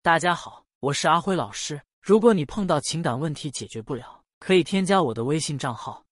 大家好，我是阿辉老师。如果你碰到情感问题解决不了，可以添加我的微信账号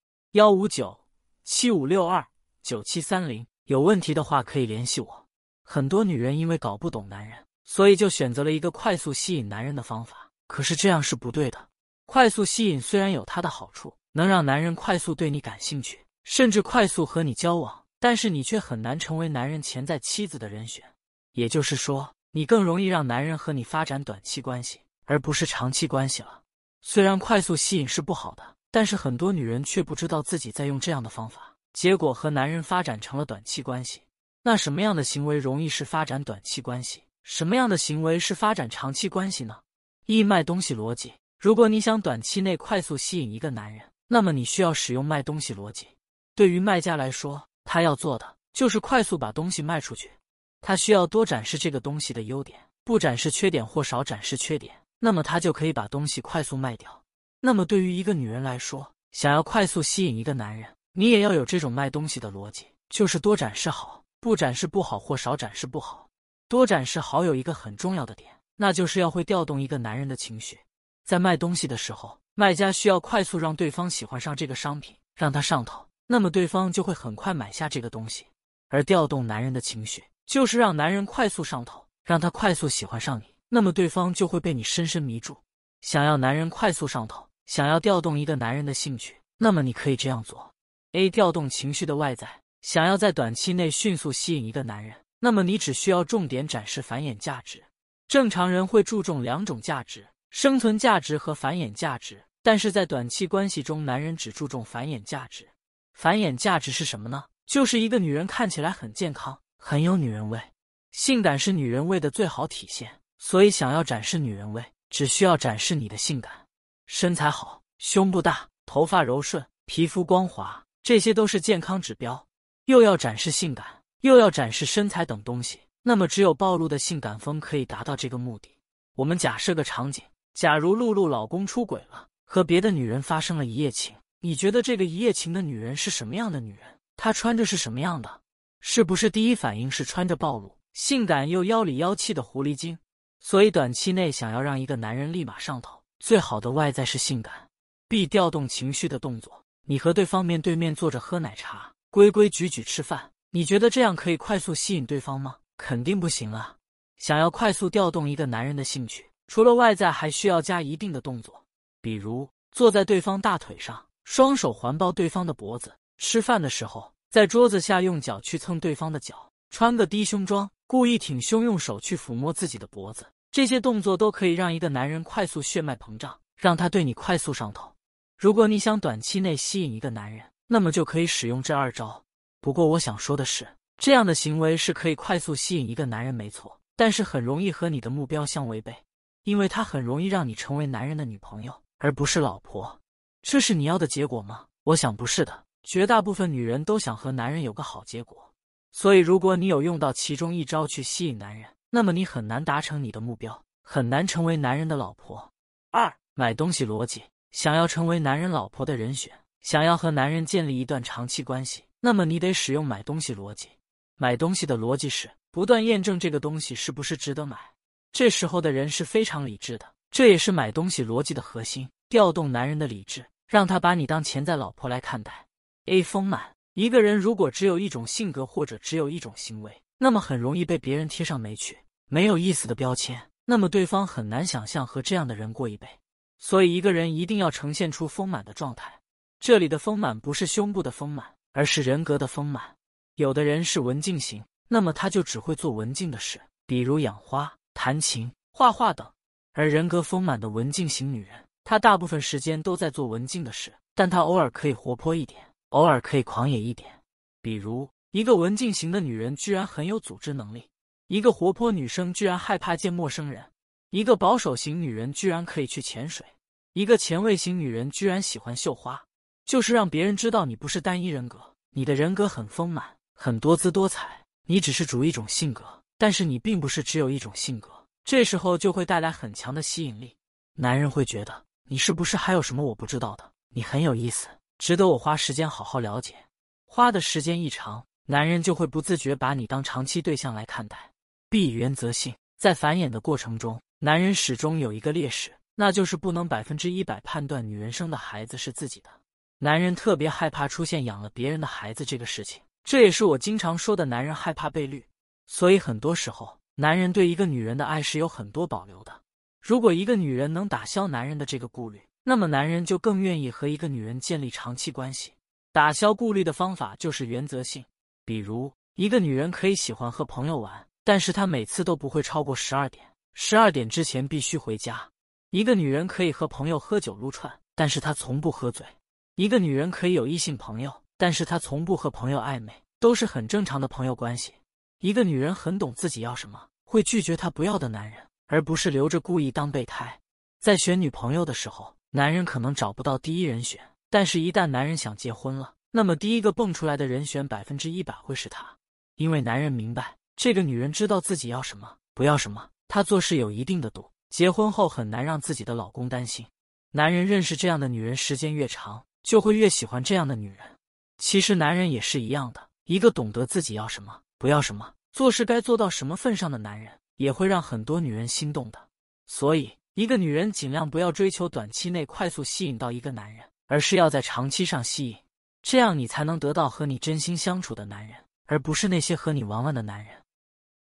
15975629730，有问题的话可以联系我。很多女人因为搞不懂男人，所以就选择了一个快速吸引男人的方法，可是这样是不对的。快速吸引虽然有它的好处，能让男人快速对你感兴趣，甚至快速和你交往，但是你却很难成为男人潜在妻子的人选。也就是说，你更容易让男人和你发展短期关系，而不是长期关系了。虽然快速吸引是不好的，但是很多女人却不知道自己在用这样的方法，结果和男人发展成了短期关系。那什么样的行为容易是发展短期关系？什么样的行为是发展长期关系呢？一、卖东西逻辑。如果你想短期内快速吸引一个男人，那么你需要使用卖东西逻辑。对于卖家来说，他要做的就是快速把东西卖出去。他需要多展示这个东西的优点，不展示缺点或少展示缺点，那么他就可以把东西快速卖掉。那么对于一个女人来说，想要快速吸引一个男人，你也要有这种卖东西的逻辑，就是多展示好，不展示不好或少展示不好。多展示好有一个很重要的点，那就是要会调动一个男人的情绪。在卖东西的时候，卖家需要快速让对方喜欢上这个商品，让他上头，那么对方就会很快买下这个东西。而调动男人的情绪，就是让男人快速上头，让他快速喜欢上你，那么对方就会被你深深迷住。想要男人快速上头，想要调动一个男人的兴趣，那么你可以这样做。A. 调动情绪的外在。想要在短期内迅速吸引一个男人，那么你只需要重点展示繁衍价值。正常人会注重两种价值，生存价值和繁衍价值，但是在短期关系中，男人只注重繁衍价值。繁衍价值是什么呢？就是一个女人看起来很健康，很有女人味。性感是女人味的最好体现，所以想要展示女人味，只需要展示你的性感。身材好，胸部大，头发柔顺，皮肤光滑，这些都是健康指标。又要展示性感，又要展示身材等东西，那么只有暴露的性感风可以达到这个目的。我们假设个场景，假如露露老公出轨了，和别的女人发生了一夜情，你觉得这个一夜情的女人是什么样的女人？她穿着是什么样的？是不是第一反应是穿着暴露、性感又妖里妖气的狐狸精？所以短期内想要让一个男人立马上头，最好的外在是性感。B. 调动情绪的动作。你和对方面对面坐着喝奶茶，规规矩矩吃饭，你觉得这样可以快速吸引对方吗？肯定不行啊！想要快速调动一个男人的兴趣，除了外在还需要加一定的动作，比如坐在对方大腿上，双手环抱对方的脖子，吃饭的时候在桌子下用脚去蹭对方的脚，穿个低胸装，故意挺胸用手去抚摸自己的脖子，这些动作都可以让一个男人快速血脉膨胀，让他对你快速上头。如果你想短期内吸引一个男人，那么就可以使用这二招。不过我想说的是，这样的行为是可以快速吸引一个男人没错，但是很容易和你的目标相违背，因为它很容易让你成为男人的女朋友，而不是老婆。这是你要的结果吗？我想不是的。绝大部分女人都想和男人有个好结果，所以如果你有用到其中一招去吸引男人，那么你很难达成你的目标，很难成为男人的老婆。2. 买东西逻辑。想要成为男人老婆的人选，想要和男人建立一段长期关系，那么你得使用买东西逻辑。买东西的逻辑是不断验证这个东西是不是值得买。这时候的人是非常理智的，这也是买东西逻辑的核心，调动男人的理智，让他把你当潜在老婆来看待。A. 丰满。一个人如果只有一种性格或者只有一种行为，那么很容易被别人贴上没趣、没有意思的标签，那么对方很难想象和这样的人过一辈。所以一个人一定要呈现出丰满的状态，这里的丰满不是胸部的丰满，而是人格的丰满。有的人是文静型，那么他就只会做文静的事，比如养花、弹琴、画画等。而人格丰满的文静型女人，她大部分时间都在做文静的事，但她偶尔可以活泼一点，偶尔可以狂野一点。比如一个文静型的女人居然很有组织能力，一个活泼女生居然害怕见陌生人，一个保守型女人居然可以去潜水，一个前卫型女人居然喜欢绣花，就是让别人知道你不是单一人格，你的人格很丰满，很多姿多彩。你只是主一种性格，但是你并不是只有一种性格，这时候就会带来很强的吸引力。男人会觉得你是不是还有什么我不知道的，你很有意思，值得我花时间好好了解。花的时间一长，男人就会不自觉把你当长期对象来看待。B. 原则性。在繁衍的过程中， 男人始终有一个劣势，那就是不能100%判断女人生的孩子是自己的。男人特别害怕出现养了别人的孩子这个事情，这也是我经常说的男人害怕被绿。所以很多时候，男人对一个女人的爱是有很多保留的。如果一个女人能打消男人的这个顾虑，那么男人就更愿意和一个女人建立长期关系。打消顾虑的方法就是原则性，比如一个女人可以喜欢和朋友玩，但是她每次都不会超过12点之前必须回家。一个女人可以和朋友喝酒撸串，但是她从不喝醉。一个女人可以有异性朋友，但是她从不和朋友暧昧，都是很正常的朋友关系。一个女人很懂自己要什么，会拒绝她不要的男人，而不是留着故意当备胎。在选女朋友的时候，男人可能找不到第一人选，但是一旦男人想结婚了，那么第一个蹦出来的人选100%会是她。因为男人明白，这个女人知道自己要什么，不要什么，她做事有一定的度，结婚后很难让自己的老公担心。男人认识这样的女人时间越长，就会越喜欢这样的女人。其实男人也是一样的，一个懂得自己要什么，不要什么，做事该做到什么份上的男人，也会让很多女人心动的。所以，一个女人尽量不要追求短期内快速吸引到一个男人，而是要在长期上吸引，这样你才能得到和你真心相处的男人，而不是那些和你玩玩的男人。